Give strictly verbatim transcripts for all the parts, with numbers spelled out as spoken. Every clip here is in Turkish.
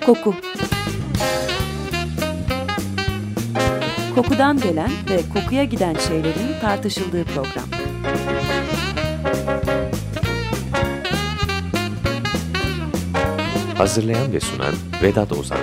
Koku. Kokudan gelen ve kokuya giden şeylerin tartışıldığı program. Hazırlayan ve sunan Vedat Ozan.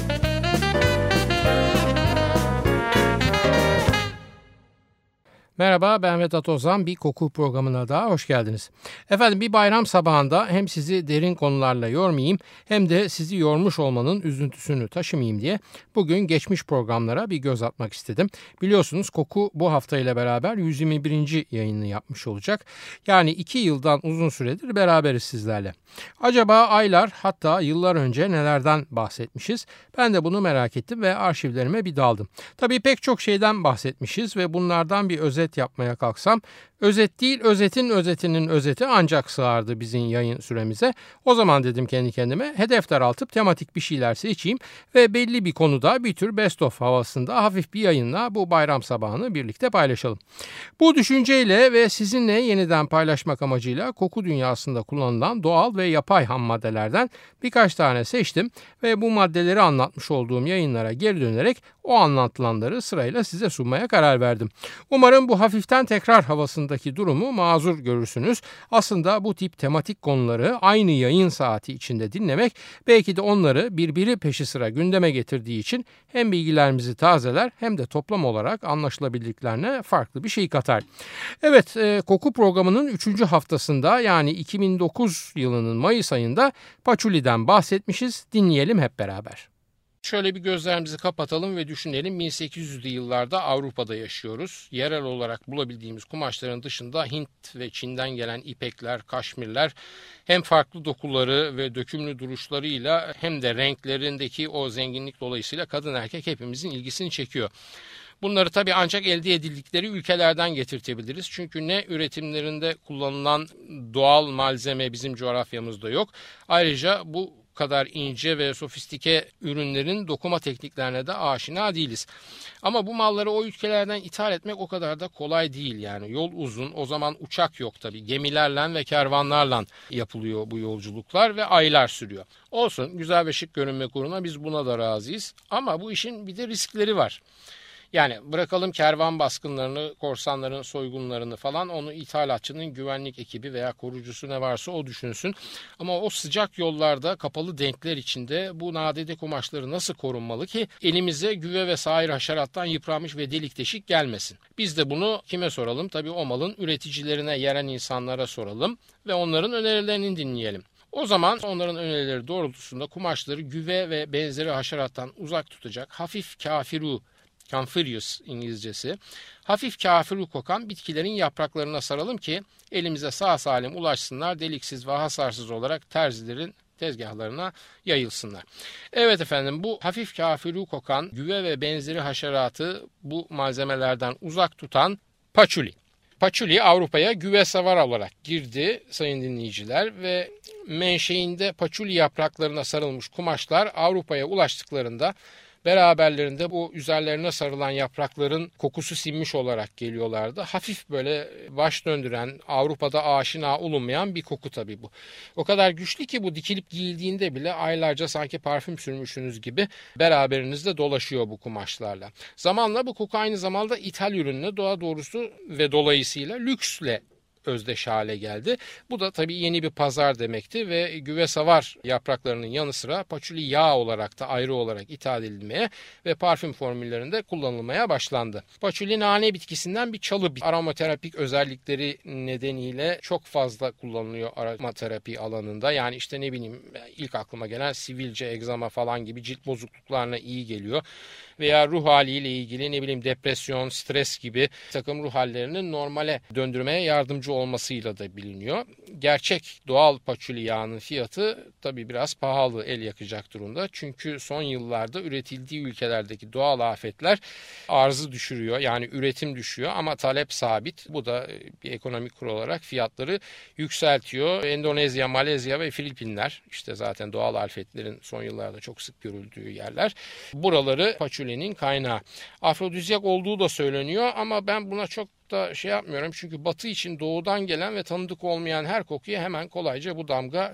Merhaba, ben Vedat Ozan. Bir koku programına daha hoş geldiniz. Efendim, bir bayram sabahında hem sizi derin konularla yormayayım hem de sizi yormuş olmanın üzüntüsünü taşımayayım diye bugün geçmiş programlara bir göz atmak istedim. Biliyorsunuz koku bu hafta ile beraber yüz yirmi birinci yayını yapmış olacak. Yani iki yıldan uzun süredir beraberiz sizlerle. Acaba aylar, hatta yıllar önce nelerden bahsetmişiz? Ben de bunu merak ettim ve arşivlerime bir daldım. Tabii pek çok şeyden bahsetmişiz ve bunlardan bir özet yapmaya kalksam, özet değil özetin özetinin özeti ancak sığardı bizim yayın süremize. O zaman dedim kendi kendime, hedef daraltıp tematik bir şeyler seçeyim ve belli bir konuda bir tür best of havasında hafif bir yayınla bu bayram sabahını birlikte paylaşalım. Bu düşünceyle ve sizinle yeniden paylaşmak amacıyla koku dünyasında kullanılan doğal ve yapay ham maddelerden birkaç tane seçtim ve bu maddeleri anlatmış olduğum yayınlara geri dönerek o anlatılanları sırayla size sunmaya karar verdim. Umarım bu hafiften tekrar havasındaki durumu mazur görürsünüz. Aslında bu tip tematik konuları aynı yayın saati içinde dinlemek belki de onları birbiri peşi sıra gündeme getirdiği için hem bilgilerimizi tazeler hem de toplam olarak anlaşılabildiklerine farklı bir şey katar. Evet, e, koku programının üçüncü haftasında yani iki bin dokuz yılının Mayıs ayında paçuliden bahsetmişiz. Dinleyelim hep beraber. Şöyle bir gözlerimizi kapatalım ve düşünelim. bin sekiz yüzlü yıllarda Avrupa'da yaşıyoruz. Yerel olarak bulabildiğimiz kumaşların dışında Hint ve Çin'den gelen ipekler, kaşmirler hem farklı dokuları ve dökümlü duruşlarıyla hem de renklerindeki o zenginlik dolayısıyla kadın erkek hepimizin ilgisini çekiyor. Bunları tabii ancak elde edildikleri ülkelerden getirtebiliriz. Çünkü ne üretimlerinde kullanılan doğal malzeme bizim coğrafyamızda yok. Ayrıca bu kadar ince ve sofistike ürünlerin dokuma tekniklerine de aşina değiliz. Ama bu malları o ülkelerden ithal etmek o kadar da kolay değil yani. Yol uzun, o zaman uçak yok tabii. Gemilerle ve kervanlarla yapılıyor bu yolculuklar ve aylar sürüyor. Olsun, güzel ve şık görünmek uğruna biz buna da razıyız. Ama bu işin bir de riskleri var. Yani bırakalım kervan baskınlarını, korsanların soygunlarını falan, onu ithalatçının güvenlik ekibi veya korucusu ne varsa o düşünsün. Ama o sıcak yollarda, kapalı denkler içinde bu nadide kumaşları nasıl korunmalı ki elimize güve ve sair haşerattan yıpranmış ve delik deşik gelmesin? Biz de bunu kime soralım? Tabii o malın üreticilerine, yerel insanlara soralım ve onların önerilerini dinleyelim. O zaman onların önerileri doğrultusunda kumaşları güve ve benzeri haşerattan uzak tutacak hafif kafiru, Camphorous İngilizcesi, hafif kafiru kokan bitkilerin yapraklarına saralım ki elimize sağ salim ulaşsınlar, deliksiz ve hasarsız olarak terzilerin tezgahlarına yayılsınlar. Evet efendim, bu hafif kafiru kokan güve ve benzeri haşeratı bu malzemelerden uzak tutan paçuli. Paçuli Avrupa'ya güve savar olarak girdi sayın dinleyiciler ve menşeinde paçuli yapraklarına sarılmış kumaşlar Avrupa'ya ulaştıklarında beraberlerinde bu üzerlerine sarılan yaprakların kokusu sinmiş olarak geliyorlardı. Hafif böyle baş döndüren, Avrupa'da aşina olunmayan bir koku tabii bu. O kadar güçlü ki bu dikilip giyildiğinde bile aylarca sanki parfüm sürmüşsünüz gibi beraberinizde dolaşıyor bu kumaşlarla. Zamanla bu koku aynı zamanda ithal ürünle, doğa doğrusu ve dolayısıyla lüksle özdeş hale geldi. Bu da tabii yeni bir pazar demekti ve güve savar yapraklarının yanı sıra paçuli yağ olarak da ayrı olarak ithal edilmeye ve parfüm formüllerinde kullanılmaya başlandı. Paçuli nane bitkisinden bir çalı, aromaterapik özellikleri nedeniyle çok fazla kullanılıyor aromaterapi alanında. Yani işte ne bileyim, ilk aklıma gelen sivilce, egzama falan gibi cilt bozukluklarına iyi geliyor. Veya ruh haliyle ilgili ne bileyim depresyon, stres gibi takım ruh hallerini normale döndürmeye yardımcı olmasıyla da biliniyor. Gerçek doğal paçuli yağının fiyatı tabii biraz pahalı, el yakacak durumda. Çünkü son yıllarda üretildiği ülkelerdeki doğal afetler arzı düşürüyor. Yani üretim düşüyor ama talep sabit. Bu da bir ekonomik kural olarak fiyatları yükseltiyor. Endonezya, Malezya ve Filipinler, işte zaten doğal afetlerin son yıllarda çok sık görüldüğü yerler. Buraları paçulinin kaynağı. Afrodizyak olduğu da söyleniyor ama ben buna çok da şey yapmıyorum. Çünkü batı için doğudan gelen ve tanıdık olmayan her kokuya hemen kolayca bu damga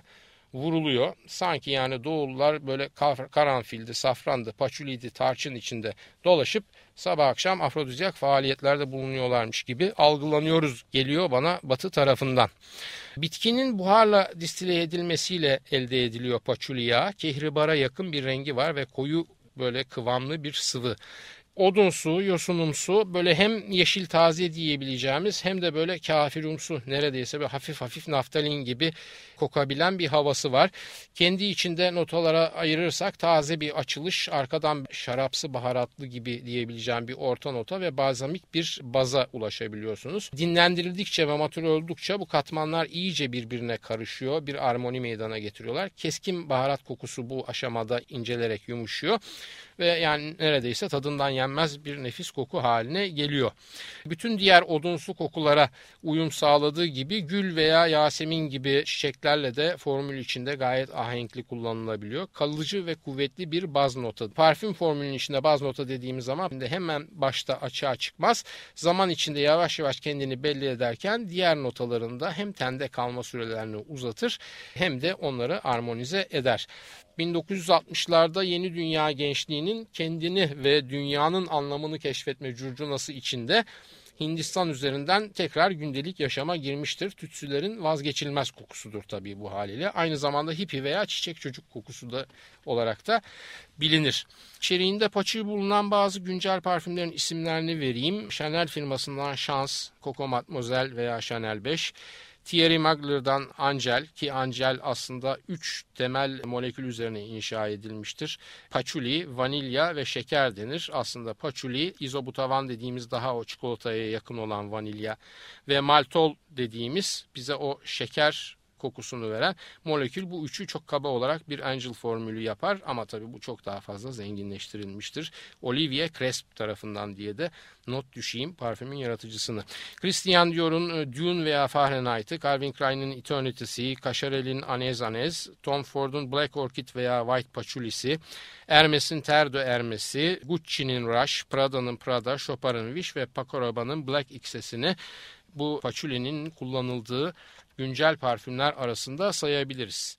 vuruluyor. Sanki yani Doğullular böyle karanfildi, safrandı, paçuliydi, tarçın içinde dolaşıp sabah akşam afrodizyak faaliyetlerde bulunuyorlarmış gibi algılanıyoruz geliyor bana Batı tarafından. Bitkinin buharla distile edilmesiyle elde ediliyor paçuli yağı. Kehribara yakın bir rengi var ve koyu böyle kıvamlı bir sıvı. Odunsu, yosunumsu, böyle hem yeşil taze diyebileceğimiz hem de böyle kafirumsu, neredeyse böyle hafif hafif naftalin gibi kokabilen bir havası var. Kendi içinde notalara ayırırsak taze bir açılış, arkadan şarapsı baharatlı gibi diyebileceğim bir orta nota ve balzamik bir baza ulaşabiliyorsunuz. Dinlendirildikçe ve matur oldukça bu katmanlar iyice birbirine karışıyor, bir armoni meydana getiriyorlar. Keskin baharat kokusu bu aşamada incelerek yumuşuyor ve yani neredeyse tadından yenmez bir nefis koku haline geliyor. Bütün diğer odunsu kokulara uyum sağladığı gibi gül veya yasemin gibi çiçeklerle de formül içinde gayet ahenkli kullanılabiliyor. Kalıcı ve kuvvetli bir baz nota. Parfüm formülünün içinde baz nota dediğimiz zaman hemen başta açığa çıkmaz. Zaman içinde yavaş yavaş kendini belli ederken diğer notalarında hem tende kalma sürelerini uzatır hem de onları armonize eder. bin dokuz yüz altmışlarda yeni dünya gençliğinin kendini ve dünyanın anlamını keşfetme curcunası içinde Hindistan üzerinden tekrar gündelik yaşama girmiştir. Tütsülerin vazgeçilmez kokusudur tabii bu haliyle. Aynı zamanda hippie veya çiçek çocuk kokusu da olarak da bilinir. İçeriğinde paçuğu bulunan bazı güncel parfümlerin isimlerini vereyim. Chanel firmasından Chance, Coco Mademoiselle veya Chanel beş. Thierry Mugler'dan Angel, ki Angel aslında üç temel molekül üzerine inşa edilmiştir. Paçuli, vanilya ve şeker denir. Aslında paçuli, izobutavan dediğimiz daha o çikolataya yakın olan vanilya ve maltol dediğimiz bize o şeker kokusunu veren molekül, bu üçü çok kaba olarak bir Angel formülü yapar ama tabii bu çok daha fazla zenginleştirilmiştir. Olivier Cresp tarafından diye de not düşeyim parfümün yaratıcısını. Christian Dior'un Dune veya Fahrenheit'ı, Calvin Klein'in Eternity'si, Cacharel'in Anez Anez, Tom Ford'un Black Orchid veya White Patchoul'isi, Hermes'in Terre de Hermes'i, Gucci'nin Rush, Prada'nın Prada, Chopard'ın Wish ve Paco Rabanne'ın Black X'sini bu patchoul'inin kullanıldığı güncel parfümler arasında sayabiliriz.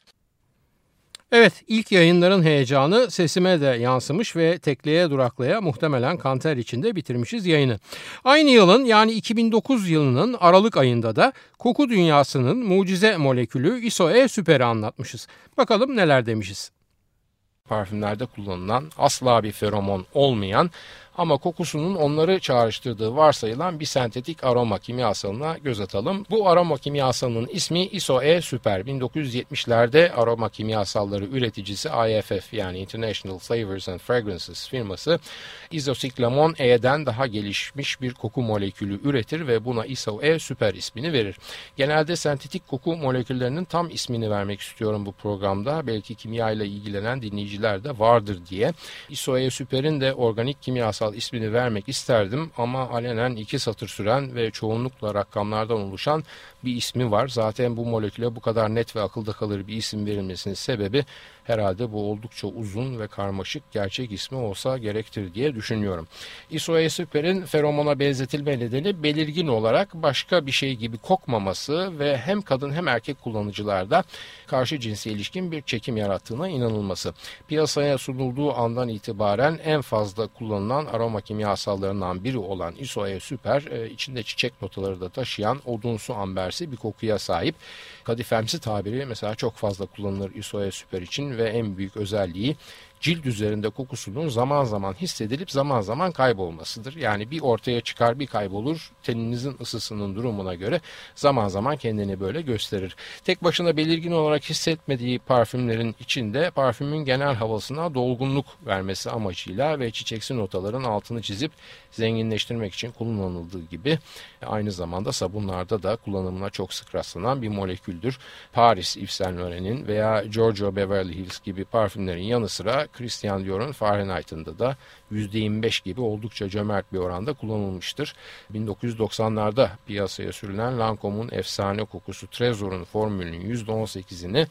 Evet, ilk yayınların heyecanı sesime de yansımış ve tekleye duraklaya muhtemelen kanter içinde bitirmişiz yayını. Aynı yılın yani iki bin dokuz yılının Aralık ayında da koku dünyasının mucize molekülü ISO-E Super'i anlatmışız. Bakalım neler demişiz. Parfümlerde kullanılan, asla bir feromon olmayan ama kokusunun onları çağrıştırdığı varsayılan bir sentetik aroma kimyasalına göz atalım. Bu aroma kimyasalının ismi ISO-E Super. bin dokuz yüz yetmişlerde aroma kimyasalları üreticisi I F F yani International Flavors and Fragrances firması izosiklamon E'den daha gelişmiş bir koku molekülü üretir ve buna ISO-E Super ismini verir. Genelde sentetik koku moleküllerinin tam ismini vermek istiyorum bu programda. Belki kimya ile ilgilenen dinleyiciler de vardır diye. ISO-E Super'in de organik kimyasal ismini vermek isterdim ama alenen iki satır süren ve çoğunlukla rakamlardan oluşan bir ismi var. Zaten bu moleküle bu kadar net ve akılda kalır bir isim verilmesinin sebebi herhalde bu oldukça uzun ve karmaşık gerçek ismi olsa gerektir diye düşünüyorum. ISO-E Super'in feromona benzetilme nedeni belirgin olarak başka bir şey gibi kokmaması ve hem kadın hem erkek kullanıcılarda karşı cinse ilişkin bir çekim yarattığına inanılması. Piyasaya sunulduğu andan itibaren en fazla kullanılan aroma kimyasallarından biri olan ISO-E Super, içinde çiçek notaları da taşıyan odunsu ambersi bir kokuya sahip. Kadifemsi tabiri mesela çok fazla kullanılır ISO-E Super için ve en büyük özelliği cilt üzerinde kokusunun zaman zaman hissedilip zaman zaman kaybolmasıdır. Yani bir ortaya çıkar bir kaybolur, teninizin ısısının durumuna göre zaman zaman kendini böyle gösterir. Tek başına belirgin olarak hissetmediği parfümlerin içinde parfümün genel havasına dolgunluk vermesi amacıyla ve çiçeksi notaların altını çizip zenginleştirmek için kullanıldığı gibi aynı zamanda sabunlarda da kullanımına çok sık rastlanan bir moleküldür. Paris Yves Saint Laurent'in veya Giorgio Beverly Hills gibi parfümlerin yanı sıra Christian Dior'un Fahrenheit'ında da yüzde yirmi beş gibi oldukça cömert bir oranda kullanılmıştır. bin dokuz yüz doksanlarda piyasaya sürülen Lancome'un efsane kokusu Tresor'un formülünün yüzde on sekizini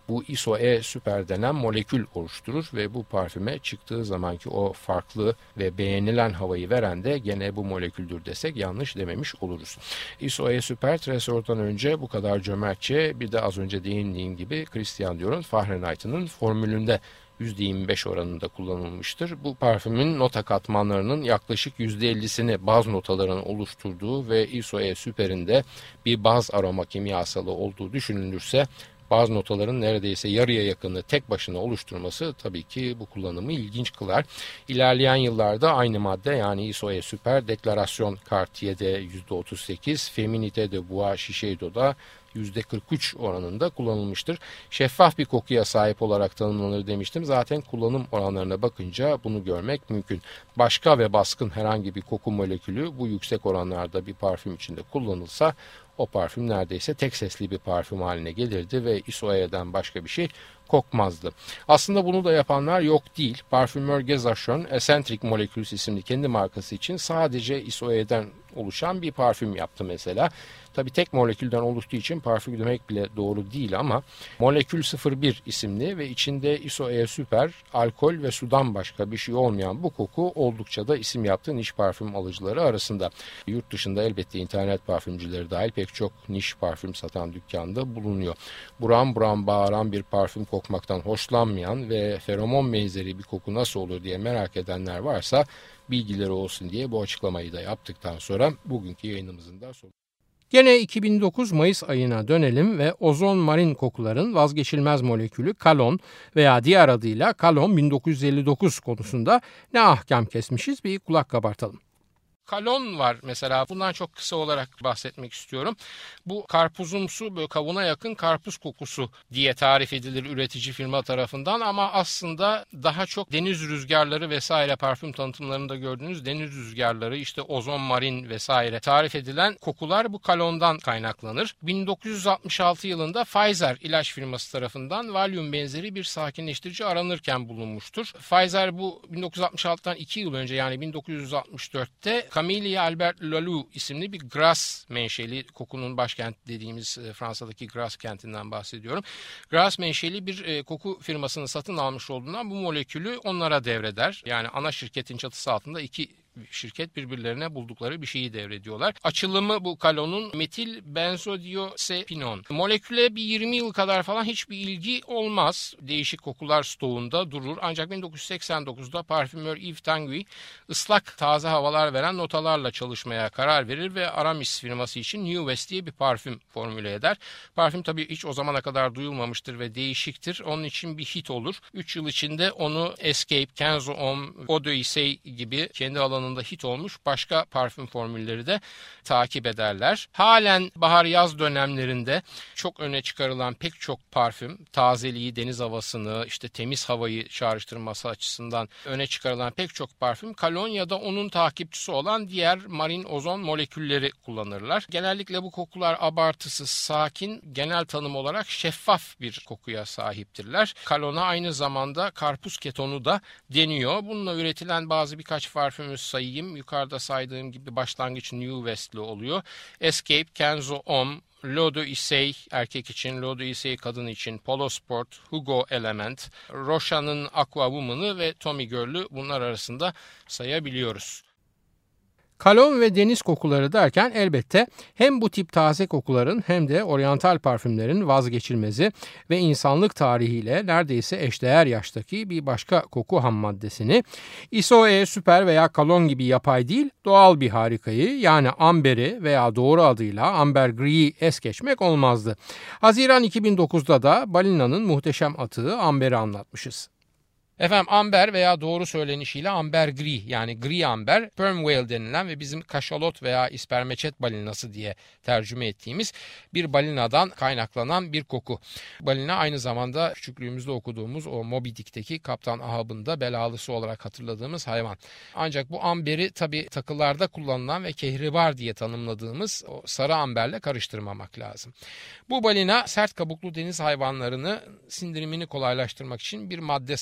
bu iso-E süper denen molekül oluşturur ve bu parfüme çıktığı zamanki o farklı ve beğenilen havayı veren de gene bu moleküldür desek yanlış dememiş oluruz. iso-E süper Tresor'dan önce bu kadar cömertçe bir de az önce değindiğim gibi Christian Dior'un Fahrenheit'ının formülünde yüzde yirmi beş oranında kullanılmıştır. Bu parfümün nota katmanlarının yaklaşık yüzde ellisini baz notaların oluşturduğu ve iso-E süperinde bir baz aroma kimyasalı olduğu düşünülürse baz notaların neredeyse yarıya yakını tek başına oluşturması tabii ki bu kullanımı ilginç kılar. İlerleyen yıllarda aynı madde yani iso-E süper Deklarasyon Cartier'de yüzde otuz sekiz, Feminité de Bois Shiseido'da yüzde kırk üç oranında kullanılmıştır. Şeffaf bir kokuya sahip olarak tanımlanır demiştim. Zaten kullanım oranlarına bakınca bunu görmek mümkün. Başka ve baskın herhangi bir koku molekülü bu yüksek oranlarda bir parfüm içinde kullanılsa o parfüm neredeyse tek sesli bir parfüm haline gelirdi ve iso-E'den başka bir şey kokmazdı. Aslında bunu da yapanlar yok değil. Parfümör Gezachon, Eccentric Molecules isimli kendi markası için sadece iso-E'den oluşan bir parfüm yaptı mesela. Tabii tek molekülden oluştuğu için parfüm demek bile doğru değil ama Molekül sıfır bir isimli ve içinde iso-E süper, alkol ve sudan başka bir şey olmayan bu koku oldukça da isim yaptığı niş parfüm alıcıları arasında. Yurt dışında elbette internet parfümcüleri dahil pek çok niş parfüm satan dükkanda bulunuyor. Buram buram bağıran bir parfüm kokmaktan hoşlanmayan ve feromon benzeri bir koku nasıl olur diye merak edenler varsa bilgileri olsun diye bu açıklamayı da yaptıktan sonra bugünkü yayınımızın da sonu. Gene iki bin dokuz Mayıs ayına dönelim ve ozon marin kokuların vazgeçilmez molekülü kalon veya diğer adıyla kalon bin dokuz yüz elli dokuz konusunda ne ahkam kesmişiz bir kulak kabartalım. Kalon var mesela, bundan çok kısa olarak bahsetmek istiyorum. Bu karpuzumsu, böyle kavuna yakın karpuz kokusu diye tarif edilir üretici firma tarafından ama aslında daha çok deniz rüzgarları vesaire parfüm tanıtımlarında gördüğünüz deniz rüzgarları, işte ozon marin vesaire tarif edilen kokular bu kalondan kaynaklanır. bin dokuz yüz altmış altı yılında Pfizer ilaç firması tarafından Valium benzeri bir sakinleştirici aranırken bulunmuştur. Pfizer bu bin dokuz yüz altmış altıdan iki yıl önce yani bin dokuz yüz altmış dörtte Camille Albert Leloup isimli bir Grasse menşeli, kokunun başkent dediğimiz Fransa'daki Grasse kentinden bahsediyorum. Grasse menşeli bir koku firmasını satın almış olduğundan bu molekülü onlara devreder. Yani ana şirketin çatısı altında iki şirket birbirlerine buldukları bir şeyi devrediyorlar. Açılımı bu kalonun metil benzodiazepinon. Moleküle bir yirmi yıl kadar falan hiçbir ilgi olmaz. Değişik kokular stoğunda durur. Ancak bin dokuz yüz seksen dokuzda parfümör Yves Tanguy ıslak taze havalar veren notalarla çalışmaya karar verir ve Aramis firması için New West diye bir parfüm formüle eder. Parfüm tabii hiç o zamana kadar duyulmamıştır ve değişiktir. Onun için bir hit olur. üç yıl içinde onu Escape, Kenzo Homme, Eau d'Orsay gibi kendi alanında hit olmuş başka parfüm formülleri de takip ederler. Halen bahar-yaz dönemlerinde çok öne çıkarılan pek çok parfüm, tazeliği, deniz havasını, işte temiz havayı çağrıştırması açısından öne çıkarılan pek çok parfüm kalon ya da onun takipçisi olan diğer marin ozon molekülleri kullanırlar. Genellikle bu kokular abartısız, sakin, genel tanım olarak şeffaf bir kokuya sahiptirler. Kalona aynı zamanda karpuz ketonu da deniyor. Bununla üretilen bazı birkaç parfümü sayayım. Yukarıda saydığım gibi başlangıç New West'li oluyor. Escape, Kenzo Homme, L'Eau d'Orsay erkek için, L'Eau d'Orsay kadın için, Polo Sport, Hugo Element, Rocha'nın Aqua Woman'ı ve Tommy Girl'ü bunlar arasında sayabiliyoruz. Kalon ve deniz kokuları derken elbette hem bu tip taze kokuların hem de oryantal parfümlerin vazgeçilmezi ve insanlık tarihiyle neredeyse eşdeğer yaştaki bir başka koku ham maddesini iso-E süper veya kalon gibi yapay değil doğal bir harikayı yani amberi veya doğru adıyla ambergris'i es geçmek olmazdı. Haziran iki bin dokuzda da Balina'nın muhteşem atığı amberi anlatmışız. Efendim amber veya doğru söylenişiyle ambergris yani gri amber, sperm whale denilen ve bizim kaşalot veya ispermeçet balinası diye tercüme ettiğimiz bir balinadan kaynaklanan bir koku. Balina aynı zamanda küçüklüğümüzde okuduğumuz o Moby Dick'teki Kaptan Ahab'ın da belalısı olarak hatırladığımız hayvan. Ancak bu amberi tabii takılarda kullanılan ve kehribar diye tanımladığımız o sarı amberle karıştırmamak lazım. Bu balina sert kabuklu deniz hayvanlarını sindirimini kolaylaştırmak için bir madde salgılıyor.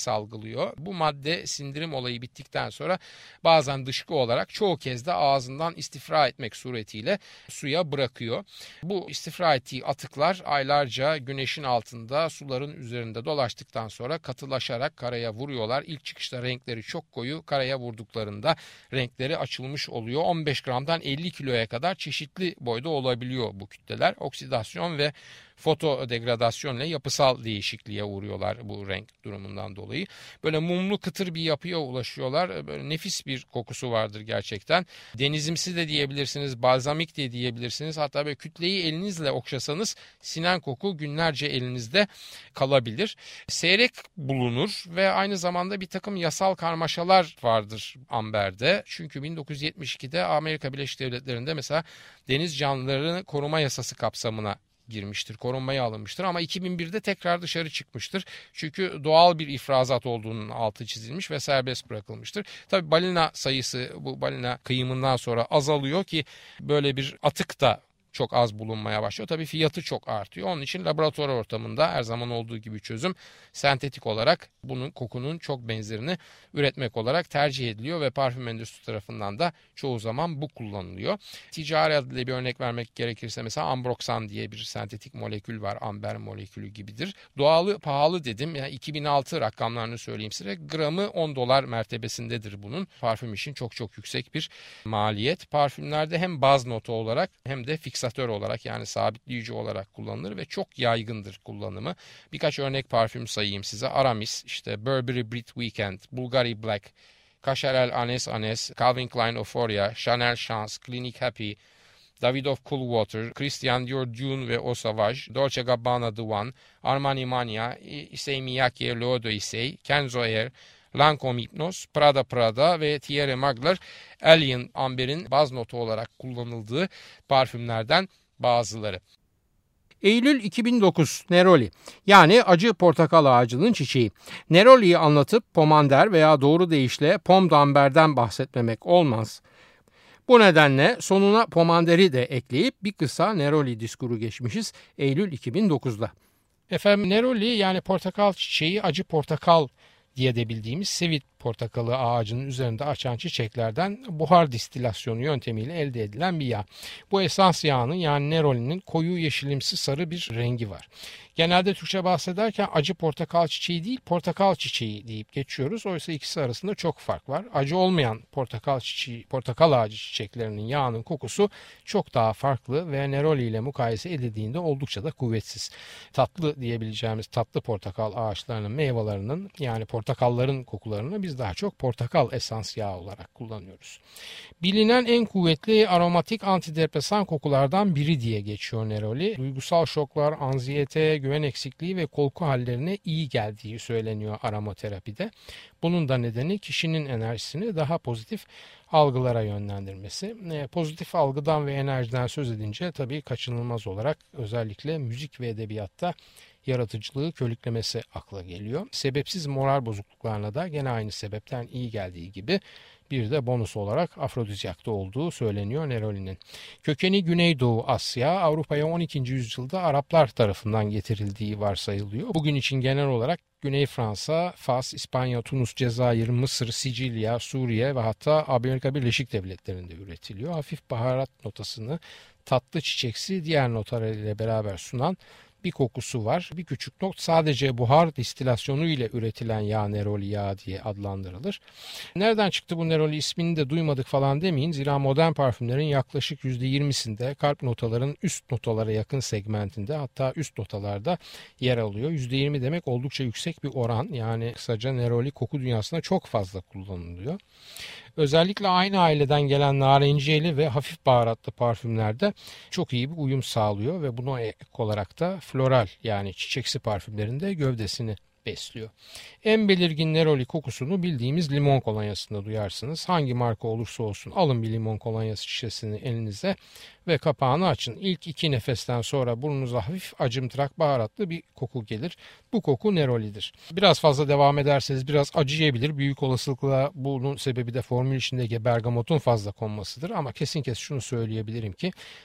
atılıyor. Bu madde sindirim olayı bittikten sonra bazen dışkı olarak, çoğu kez de ağzından istifra etmek suretiyle suya bırakıyor. Bu istifra ettiği atıklar aylarca güneşin altında suların üzerinde dolaştıktan sonra katılaşarak karaya vuruyorlar. İlk çıkışta renkleri çok koyu, karaya vurduklarında renkleri açılmış oluyor. on beş gramdan elli kiloya kadar çeşitli boyda olabiliyor bu kütleler. Oksidasyon ve fotodegradasyon ile yapısal değişikliğe uğruyorlar bu renk durumundan dolayı. Böyle mumlu kıtır bir yapıya ulaşıyorlar. Böyle nefis bir kokusu vardır gerçekten. Denizimsi de diyebilirsiniz, balzamik de diyebilirsiniz. Hatta böyle kütleyi elinizle okşasanız sinen koku günlerce elinizde kalabilir. Seyrek bulunur ve aynı zamanda bir takım yasal karmaşalar vardır amberde. Çünkü bin dokuz yüz yetmiş ikide Amerika Birleşik Devletleri'nde mesela deniz canlılarını koruma yasası kapsamına girmiştir, korunmaya alınmıştır ama iki bin birde tekrar dışarı çıkmıştır. Çünkü doğal bir ifrazat olduğunun altı çizilmiş ve serbest bırakılmıştır. Tabii balina sayısı bu balina kıyımından sonra azalıyor ki böyle bir atık da çok az bulunmaya başlıyor. Tabii fiyatı çok artıyor. Onun için laboratuvar ortamında her zaman olduğu gibi çözüm sentetik olarak bunun kokunun çok benzerini üretmek olarak tercih ediliyor ve parfüm endüstrisi tarafından da çoğu zaman bu kullanılıyor. Ticari adıyla bir örnek vermek gerekirse mesela ambroksan diye bir sentetik molekül var. Amber molekülü gibidir. Doğalı pahalı dedim. Yani iki bin altı rakamlarını söyleyeyim size. Gramı on dolar mertebesindedir bunun. Parfüm için çok çok yüksek bir maliyet. Parfümlerde hem baz notu olarak hem de fiksatör olarak yani sabitleyici olarak kullanılır ve çok yaygındır kullanımı. Birkaç örnek parfüm sayayım size. Aramis, işte Burberry Brit Weekend, Bulgari Black, Cacharel Anes Anes, Calvin Klein Euphoria, Chanel Chance, Clinique Happy, Davidoff Cool Water, Christian Dior Dune ve Eau Sauvage, Dolce Gabbana The One, Armani Mania, Issey Miyake L'Eau de Issey, Kenzo Air, Lancome Hypnos, Prada Prada ve Thierry Mugler Alien Amber'in baz notu olarak kullanıldığı parfümlerden bazıları. Eylül iki bin dokuz Neroli yani acı portakal ağacının çiçeği. Neroli'yi anlatıp pomander veya doğru deyişle pom d'amber'den bahsetmemek olmaz. Bu nedenle sonuna pomanderi de ekleyip bir kısa Neroli diskuru geçmişiz Eylül iki bin dokuzda. Efendim Neroli yani portakal çiçeği acı portakal diye de bildiğimiz sevit portakalı ağacının üzerinde açan çiçeklerden buhar distilasyonu yöntemiyle elde edilen bir yağ. Bu esans yağının yani nerolinin koyu yeşilimsi sarı bir rengi var. Genelde Türkçe bahsederken acı portakal çiçeği değil portakal çiçeği deyip geçiyoruz. Oysa ikisi arasında çok fark var. Acı olmayan portakal çiçeği, portakal ağacı çiçeklerinin yağının kokusu çok daha farklı ve neroli ile mukayese edildiğinde oldukça da kuvvetsiz. Tatlı diyebileceğimiz tatlı portakal ağaçlarının meyvelerinin yani portakalların kokularını biz daha çok portakal esans yağı olarak kullanıyoruz. Bilinen en kuvvetli aromatik antidepresan kokulardan biri diye geçiyor neroli. Duygusal şoklar, anziyete, güven eksikliği ve korku hallerine iyi geldiği söyleniyor aromaterapide. Bunun da nedeni kişinin enerjisini daha pozitif algılara yönlendirmesi. E, pozitif algıdan ve enerjiden söz edince tabii kaçınılmaz olarak özellikle müzik ve edebiyatta yaratıcılığı körüklemesi akla geliyor. Sebepsiz moral bozukluklarına da gene aynı sebepten iyi geldiği gibi bir de bonus olarak afrodizyakta olduğu söyleniyor nerolinin. Kökeni Güneydoğu Asya, Avrupa'ya on ikinci yüzyılda Araplar tarafından getirildiği varsayılıyor. Bugün için genel olarak Güney Fransa, Fas, İspanya, Tunus, Cezayir, Mısır, Sicilya, Suriye ve hatta Amerika Birleşik Devletleri'nde üretiliyor. Hafif baharat notasını tatlı çiçeksi diğer notalarıyla beraber sunan bir kokusu var. Bir küçük not sadece buhar distilasyonu ile üretilen yağ neroli yağı diye adlandırılır. Nereden çıktı bu neroli ismini de duymadık falan demeyin. Zira modern parfümlerin yaklaşık yüzde yirmisinde kalp notaların üst notalara yakın segmentinde hatta üst notalarda yer alıyor. yüzde yirmi demek oldukça yüksek bir oran. Yani kısaca neroli koku dünyasında çok fazla kullanılıyor. Özellikle aynı aileden gelen narenciyeli ve hafif baharatlı parfümlerde çok iyi bir uyum sağlıyor ve buna ek olarak da floral yani çiçeksi parfümlerinde gövdesini besliyor. En belirgin neroli kokusunu bildiğimiz limon kolonyasında duyarsınız. Hangi marka olursa olsun alın bir limon kolonyası şişesini elinize ve kapağını açın. İlk iki nefesten sonra burnunuza hafif acımtırak baharatlı bir koku gelir. Bu koku nerolidir. Biraz fazla devam ederseniz biraz acıyabilir. Büyük olasılıkla bunun sebebi de formül içindeki bergamotun fazla konmasıdır. Ama kesin kesin şunu söyleyebilirim ki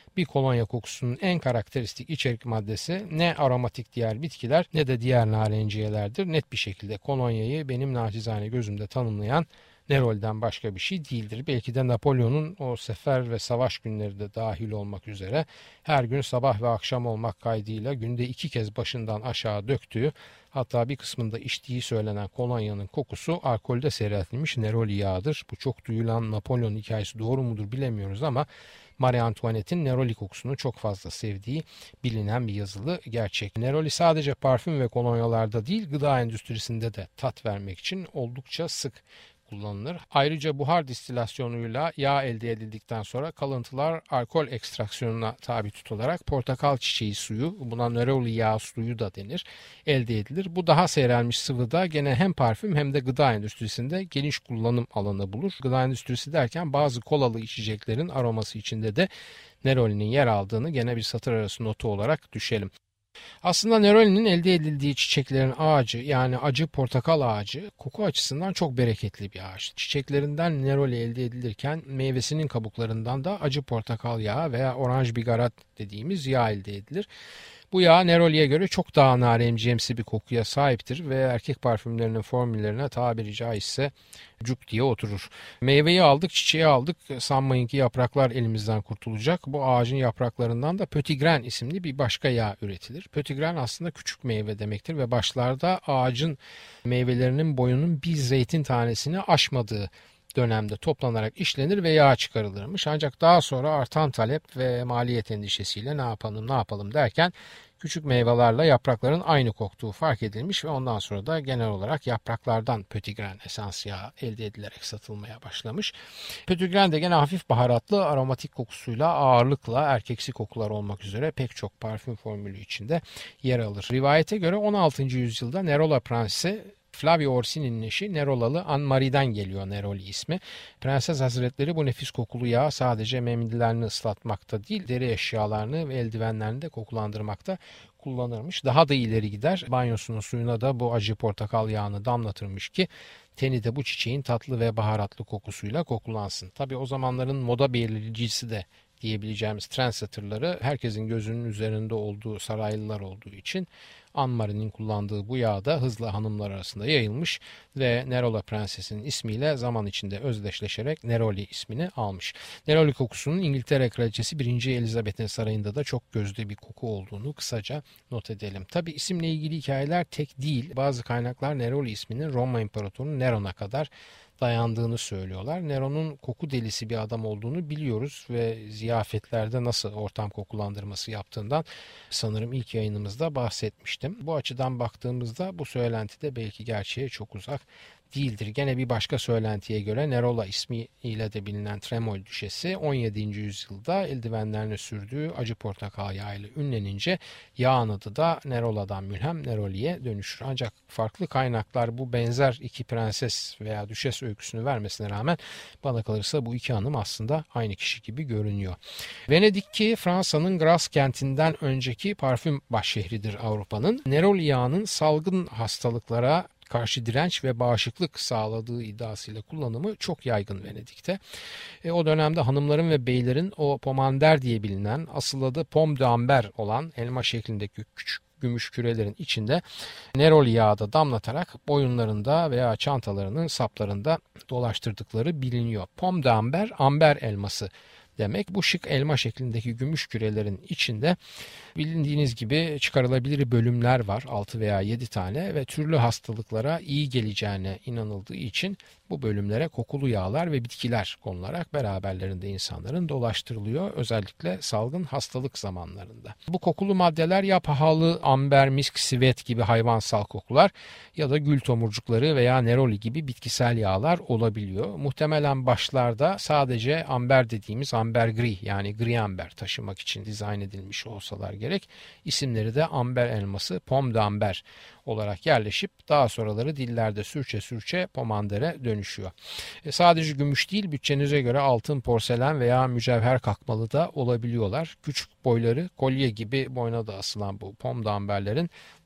Bir kolonya kokusunun en karakteristik içerik maddesi ne aromatik diğer bitkiler ne de diğer narenciyelerdir. Net bir şekilde kolonyayı benim naçizane gözümde tanımlayan Neroli'den başka bir şey değildir. Belki de Napolyon'un o sefer ve savaş günleri de dahil olmak üzere her gün sabah ve akşam olmak kaydıyla günde iki kez başından aşağı döktüğü, hatta bir kısmında içtiği söylenen kolonyanın kokusu alkolde seyreltilmiş Neroli yağıdır. Bu çok duyulan Napolyon hikayesi doğru mudur bilemiyoruz ama Marie Antoinette'in Neroli kokusunu çok fazla sevdiği bilinen bir yazılı gerçek. Neroli sadece parfüm ve kolonyalarda değil, gıda endüstrisinde de tat vermek için oldukça sık kullanılır. Ayrıca buhar distilasyonuyla yağ elde edildikten sonra kalıntılar alkol ekstraksiyonuna tabi tutularak portakal çiçeği suyu, buna Neroli yağı suyu da denir, elde edilir. Bu daha seyrelmiş sıvıda gene hem parfüm hem de gıda endüstrisinde geniş kullanım alanı bulur. Gıda endüstrisi derken bazı kolalı içeceklerin aroması içinde de Neroli'nin yer aldığını gene bir satır arası notu olarak düşelim. Aslında Neroli'nin elde edildiği çiçeklerin ağacı, yani acı portakal ağacı, koku açısından çok bereketli bir ağaç. Çiçeklerinden Neroli elde edilirken meyvesinin kabuklarından da acı portakal yağı veya oranj bigarat dediğimiz yağ elde edilir. Bu yağ Neroli'ye göre çok daha narenciyemsi bir kokuya sahiptir ve erkek parfümlerinin formüllerine tabiri caizse cuk diye oturur. Meyveyi aldık, çiçeği aldık. Sanmayın ki yapraklar elimizden kurtulacak. Bu ağacın yapraklarından da pötigren isimli bir başka yağ üretilir. Pötigren aslında küçük meyve demektir ve başlarda ağacın meyvelerinin boyunun bir zeytin tanesini aşmadığı dönemde toplanarak işlenir ve yağ çıkarılırmış. Ancak daha sonra artan talep ve maliyet endişesiyle ne yapalım ne yapalım derken küçük meyvelerle yaprakların aynı koktuğu fark edilmiş ve ondan sonra da genel olarak yapraklardan pötigren esans yağı elde edilerek satılmaya başlamış. Pötigren de gene hafif baharatlı, aromatik kokusuyla ağırlıkla erkeksi kokular olmak üzere pek çok parfüm formülü içinde yer alır. Rivayete göre on altıncı yüzyılda Nerola Prensi Flavio Orsini'nin eşi Nerolalı Anne-Marie'den geliyor Neroli ismi. Prenses Hazretleri bu nefis kokulu yağı sadece memlilerini ıslatmakta değil, deri eşyalarını ve eldivenlerini de kokulandırmakta kullanırmış. Daha da ileri gider. Banyosunun suyuna da bu acı portakal yağını damlatırmış ki teni de bu çiçeğin tatlı ve baharatlı kokusuyla kokulansın. Tabii o zamanların moda belirleyicisi de diyebileceğimiz trendsetterları herkesin gözünün üzerinde olduğu saraylılar olduğu için Anne-Marie'nin kullandığı bu yağ da hızla hanımlar arasında yayılmış ve Nerola Prensesi'nin ismiyle zaman içinde özdeşleşerek Neroli ismini almış. Neroli kokusunun İngiltere Kraliçesi birinci. Elizabeth'in sarayında da çok gözde bir koku olduğunu kısaca not edelim. Tabi isimle ilgili hikayeler tek değil. Bazı kaynaklar Neroli isminin Roma İmparatoru Neron'a kadar dayandığını söylüyorlar. Neron'un koku delisi bir adam olduğunu biliyoruz ve ziyafetlerde nasıl ortam kokulandırması yaptığından sanırım ilk yayınımızda bahsetmiştim. Bu açıdan baktığımızda bu söylenti de belki gerçeğe çok uzak değildir. Gene bir başka söylentiye göre Nerola ismiyle de bilinen Tremol Düşesi on yedinci yüzyılda eldivenlerini sürdüğü acı portakal yağıyla ünlenince yağın adı da Nerola'dan mülhem Neroli'ye dönüşür. Ancak farklı kaynaklar bu benzer iki prenses veya düşes öyküsünü vermesine rağmen bana kalırsa bu iki hanım aslında aynı kişi gibi görünüyor. Venedik ki Fransa'nın Grasse kentinden önceki parfüm başşehridir Avrupa'nın. Neroli yağının salgın hastalıklara karşı direnç ve bağışıklık sağladığı iddiasıyla kullanımı çok yaygın Venedik'te. E, o dönemde hanımların ve beylerin o pomander diye bilinen, asıl adı pomme d'amber olan elma şeklindeki küçük gümüş kürelerin içinde Neroli yağı da damlatarak boyunlarında veya çantalarının saplarında dolaştırdıkları biliniyor. Pomme d'amber, amber elması demek. Bu şık elma şeklindeki gümüş kürelerin içinde bilindiğiniz gibi çıkarılabilir bölümler var, altı veya yedi tane ve türlü hastalıklara iyi geleceğine inanıldığı için bu bölümlere kokulu yağlar ve bitkiler konularak beraberlerinde insanların dolaştırılıyor, özellikle salgın hastalık zamanlarında. Bu kokulu maddeler ya pahalı amber, misk, sivet gibi hayvansal kokular ya da gül tomurcukları veya neroli gibi bitkisel yağlar olabiliyor. Muhtemelen başlarda sadece amber dediğimiz amber gri, yani gri amber taşımak için dizayn edilmiş olsalar gerek, isimleri de amber elması, pomme d'amber olarak yerleşip daha sonraları dillerde sürçe sürçe pomandere dönüşüyor. E sadece gümüş değil, bütçenize göre altın, porselen veya mücevher kakmalı da olabiliyorlar. Küçük boyları kolye gibi boyuna da asılan bu pomme d'amberlerin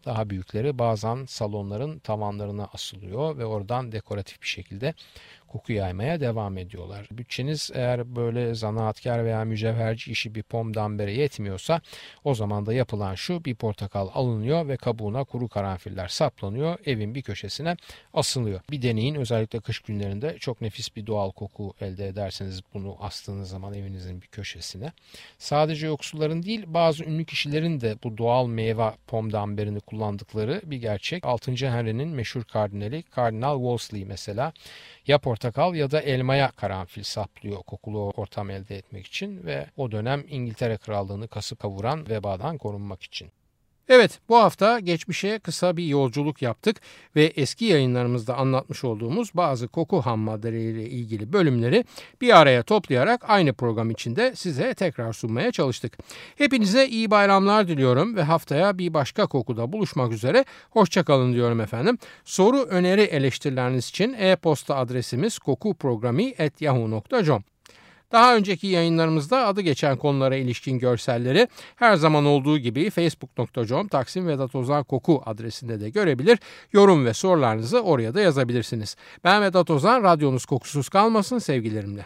Daha büyükleri bazen salonların tavanlarına asılıyor ve oradan dekoratif bir şekilde koku yaymaya devam ediyorlar. Bütçeniz eğer böyle zanaatkar veya mücevherci işi bir pom dambere yetmiyorsa o zaman da yapılan şu: bir portakal alınıyor ve kabuğuna kuru karanfiller saplanıyor, evin bir köşesine asılıyor. Bir deneyin, özellikle kış günlerinde çok nefis bir doğal koku elde ederseniz bunu astığınız zaman evinizin bir köşesine. Sadece yoksulların değil, bazı ünlü kişilerin de bu doğal meyve pom damberini kullandıkları bir gerçek. altıncı. Henry'nin meşhur kardinali Kardinal Wolsey mesela ya portakal ya da elmaya karanfil saplıyor kokulu ortam elde etmek için ve o dönem İngiltere Krallığını kasıp kavuran vebadan korunmak için. Evet, bu hafta geçmişe kısa bir yolculuk yaptık ve eski yayınlarımızda anlatmış olduğumuz bazı koku ham maddeleriyle ilgili bölümleri bir araya toplayarak aynı program içinde size tekrar sunmaya çalıştık. Hepinize iyi bayramlar diliyorum ve haftaya bir başka kokuda buluşmak üzere. Hoşça kalın diyorum efendim. Soru, öneri, eleştirileriniz için e-posta adresimiz kokuprogrami at yahoo nokta com. Daha önceki yayınlarımızda adı geçen konulara ilişkin görselleri her zaman olduğu gibi facebook nokta com Taksim Vedat Ozan Koku adresinde de görebilir. Yorum ve sorularınızı oraya da yazabilirsiniz. Ben Vedat Ozan, radyonuz kokusuz kalmasın sevgilerimle.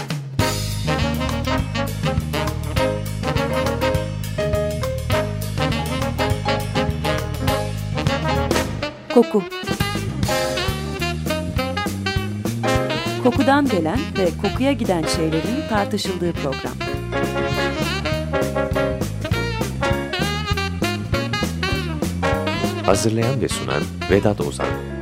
Koku. Kokudan gelen ve kokuya giden şeylerin tartışıldığı program. Hazırlayan ve sunan Vedat Ozan.